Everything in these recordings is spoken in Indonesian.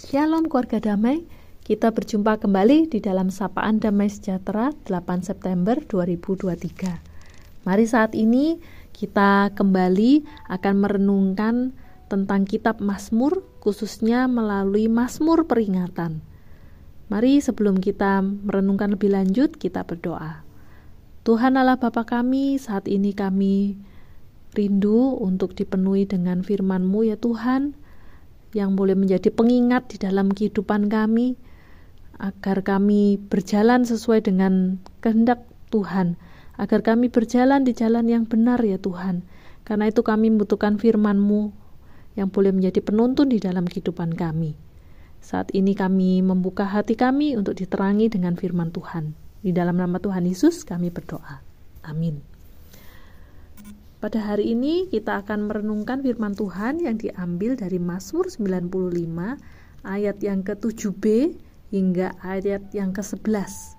Shalom keluarga damai, kita berjumpa kembali di dalam Sapaan Damai Sejahtera 8 September 2023. Mari saat ini kita kembali akan merenungkan tentang kitab Mazmur, khususnya melalui Mazmur peringatan. Mari sebelum kita merenungkan lebih lanjut, kita berdoa. Tuhan Allah Bapa kami, saat ini kami rindu untuk dipenuhi dengan firman-Mu ya Tuhan, yang boleh menjadi pengingat di dalam kehidupan kami, agar kami berjalan sesuai dengan kehendak Tuhan, agar kami berjalan di jalan yang benar ya Tuhan. Karena itu kami membutuhkan firman-Mu yang boleh menjadi penuntun di dalam kehidupan kami. Saat ini kami membuka hati kami untuk diterangi dengan firman Tuhan. Di dalam nama Tuhan Yesus kami berdoa. Amin. Pada hari ini kita akan merenungkan firman Tuhan yang diambil dari Mazmur 95 ayat yang ke-7b hingga ayat yang ke-11.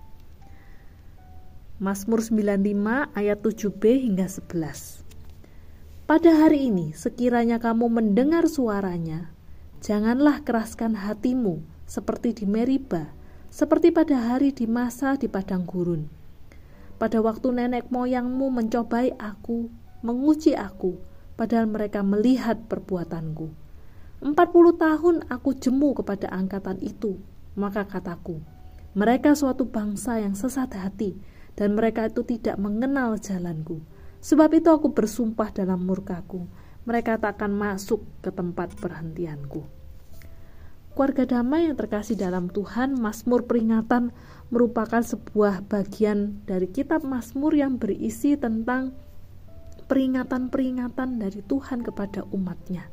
Mazmur 95 ayat 7b hingga 11. Pada hari ini sekiranya kamu mendengar suaranya, janganlah keraskan hatimu seperti di Meriba, seperti pada hari di masa di padang gurun. Pada waktu nenek moyangmu mencobai aku, menguji aku, padahal mereka melihat perbuatanku. 40 tahun aku jemu kepada angkatan itu, maka kataku, mereka suatu bangsa yang sesat hati, dan mereka itu tidak mengenal jalanku. Sebab itu aku bersumpah dalam murkaku, mereka tak akan masuk ke tempat perhentianku. Keluarga damai yang terkasih dalam Tuhan, Mazmur peringatan merupakan sebuah bagian dari kitab Mazmur yang berisi tentang peringatan-peringatan dari Tuhan kepada umatnya.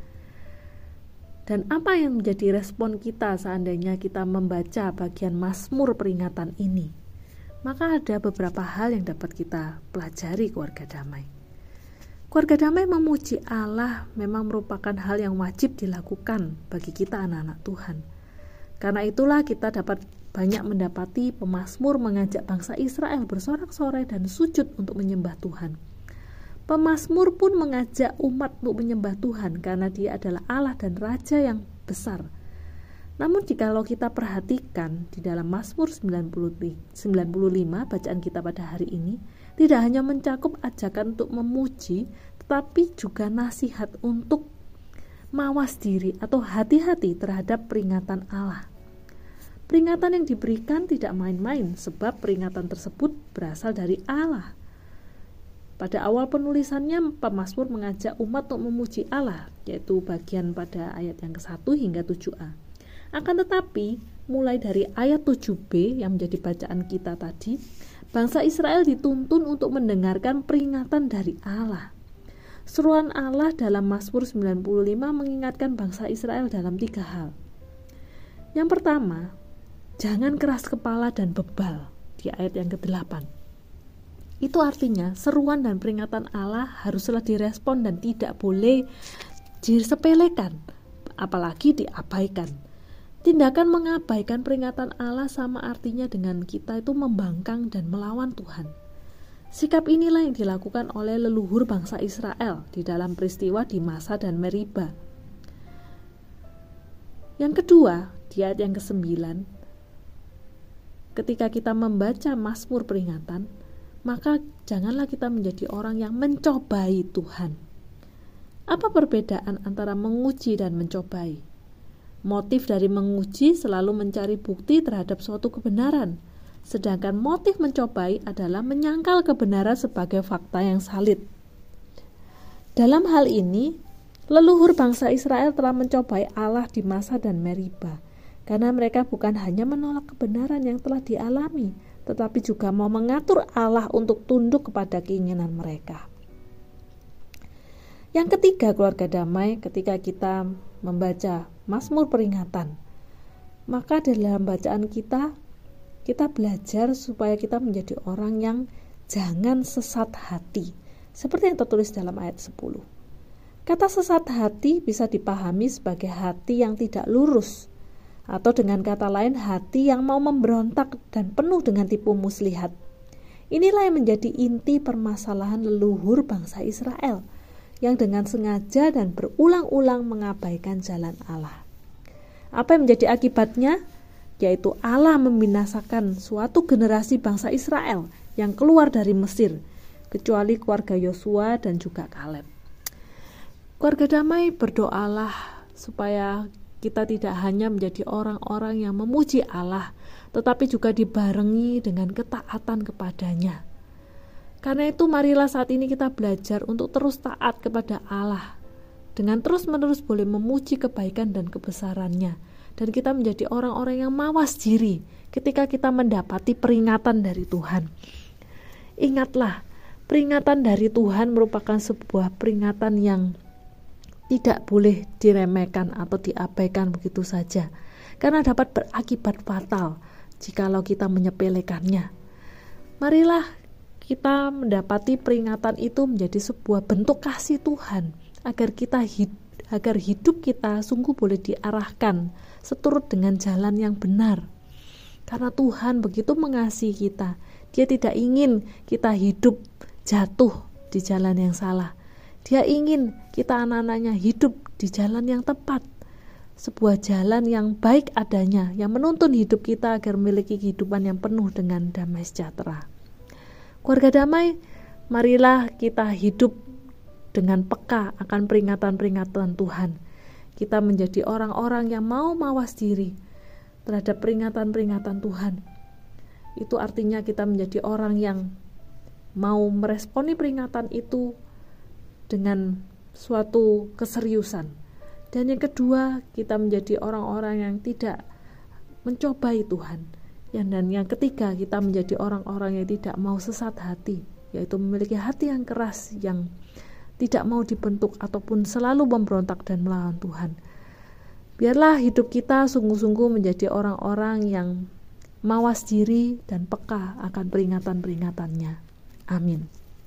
Dan apa yang menjadi respon kita seandainya kita membaca bagian Mazmur peringatan ini? Maka ada beberapa hal yang dapat kita pelajari keluarga damai. Keluarga damai memuji Allah memang merupakan hal yang wajib dilakukan bagi kita anak-anak Tuhan. Karena itulah kita dapat banyak mendapati pemazmur mengajak bangsa Israel bersorak-sorai dan sujud untuk menyembah Tuhan. Pemazmur pun mengajak umat untuk menyembah Tuhan karena Dia adalah Allah dan Raja yang besar. Namun jikalau kita perhatikan di dalam Mazmur 95 bacaan kita pada hari ini, tidak hanya mencakup ajakan untuk memuji, tetapi juga nasihat untuk mawas diri atau hati-hati terhadap peringatan Allah. Peringatan yang diberikan tidak main-main sebab peringatan tersebut berasal dari Allah. Pada awal penulisannya, pemazmur mengajak umat untuk memuji Allah, yaitu bagian pada ayat yang ke-1 hingga 7a. Akan tetapi, mulai dari ayat 7b yang menjadi bacaan kita tadi, bangsa Israel dituntun untuk mendengarkan peringatan dari Allah. Seruan Allah dalam Mazmur 95 mengingatkan bangsa Israel dalam 3 hal. Yang pertama, jangan keras kepala dan bebal di ayat yang ke-8. Itu artinya seruan dan peringatan Allah haruslah direspon dan tidak boleh disepelekan, apalagi diabaikan. Tindakan mengabaikan peringatan Allah sama artinya dengan kita itu membangkang dan melawan Tuhan. Sikap inilah yang dilakukan oleh leluhur bangsa Israel di dalam peristiwa di Masa dan Meriba. Yang kedua, di ayat yang ke-9, ketika kita membaca Mazmur peringatan, maka janganlah kita menjadi orang yang mencobai Tuhan. Apa perbedaan antara menguji dan mencobai? Motif dari menguji selalu mencari bukti terhadap suatu kebenaran, sedangkan motif mencobai adalah menyangkal kebenaran sebagai fakta yang salid. Dalam hal ini, leluhur bangsa Israel telah mencobai Allah di Masa dan Meriba, karena mereka bukan hanya menolak kebenaran yang telah dialami, tetapi juga mau mengatur Allah untuk tunduk kepada keinginan mereka. Yang ketiga, keluarga damai, ketika kita membaca Mazmur peringatan, maka dalam bacaan kita belajar supaya kita menjadi orang yang jangan sesat hati, seperti yang tertulis dalam ayat 10. Kata sesat hati bisa dipahami sebagai hati yang tidak lurus, atau dengan kata lain hati yang mau memberontak dan penuh dengan tipu muslihat. Inilah yang menjadi inti permasalahan leluhur bangsa Israel yang dengan sengaja dan berulang-ulang mengabaikan jalan Allah. Apa yang menjadi akibatnya? Yaitu Allah membinasakan suatu generasi bangsa Israel yang keluar dari Mesir, kecuali keluarga Yosua dan juga Kaleb. Keluarga damai, berdoalah supaya kita tidak hanya menjadi orang-orang yang memuji Allah, tetapi juga dibarengi dengan ketaatan kepadanya. Karena itu marilah saat ini kita belajar untuk terus taat kepada Allah, dengan terus-menerus boleh memuji kebaikan dan kebesarannya, dan kita menjadi orang-orang yang mawas diri ketika kita mendapati peringatan dari Tuhan. Ingatlah, peringatan dari Tuhan merupakan sebuah peringatan yang tidak boleh diremehkan atau diabaikan begitu saja, karena dapat berakibat fatal jikalau kita menyepelekannya. Marilah kita mendapati peringatan itu menjadi sebuah bentuk kasih Tuhan, agar hidup kita sungguh boleh diarahkan seturut dengan jalan yang benar. Karena Tuhan begitu mengasihi kita, Dia tidak ingin kita hidup jatuh di jalan yang salah. Dia ingin kita anak-anaknya hidup di jalan yang tepat, sebuah jalan yang baik adanya, yang menuntun hidup kita agar memiliki kehidupan yang penuh dengan damai sejahtera. Keluarga damai, marilah kita hidup dengan peka akan peringatan-peringatan Tuhan. Kita menjadi orang-orang yang mau mawas diri terhadap peringatan-peringatan Tuhan. Itu artinya kita menjadi orang yang mau meresponi peringatan itu dengan suatu keseriusan. Dan yang kedua, kita menjadi orang-orang yang tidak mencobai Tuhan. Dan yang ketiga, kita menjadi orang-orang yang tidak mau sesat hati, yaitu memiliki hati yang keras, yang tidak mau dibentuk ataupun selalu memberontak dan melawan Tuhan. Biarlah hidup kita sungguh-sungguh menjadi orang-orang yang mawas diri dan peka akan peringatan-peringatannya. Amin.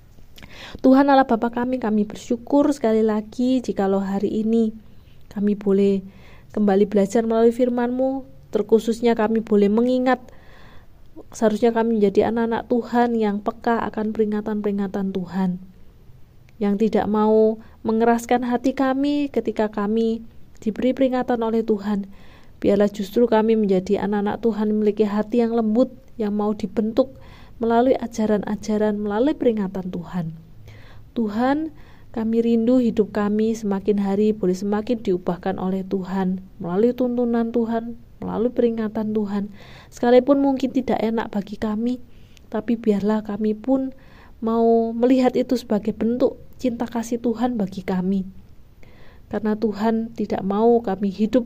Tuhan Allah Bapa kami bersyukur sekali lagi jikalau hari ini kami boleh kembali belajar melalui firman-Mu, terkhususnya kami boleh mengingat seharusnya kami menjadi anak-anak Tuhan yang peka akan peringatan-peringatan Tuhan, yang tidak mau mengeraskan hati kami ketika kami diberi peringatan oleh Tuhan. Biarlah justru kami menjadi anak-anak Tuhan memiliki hati yang lembut, yang mau dibentuk melalui ajaran-ajaran, melalui peringatan Tuhan. Tuhan, kami rindu hidup kami semakin hari boleh semakin diubahkan oleh Tuhan, melalui tuntunan Tuhan, melalui peringatan Tuhan. Sekalipun mungkin tidak enak bagi kami, tapi biarlah kami pun mau melihat itu sebagai bentuk cinta kasih Tuhan bagi kami. Karena Tuhan tidak mau kami hidup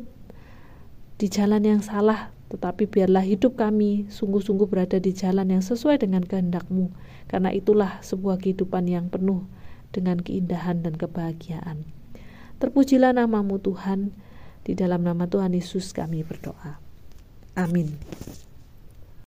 di jalan yang salah, tetapi biarlah hidup kami sungguh-sungguh berada di jalan yang sesuai dengan kehendak-Mu, karena itulah sebuah kehidupan yang penuh dengan keindahan dan kebahagiaan. Terpujilah nama-Mu Tuhan, di dalam nama Tuhan Yesus kami berdoa. Amin.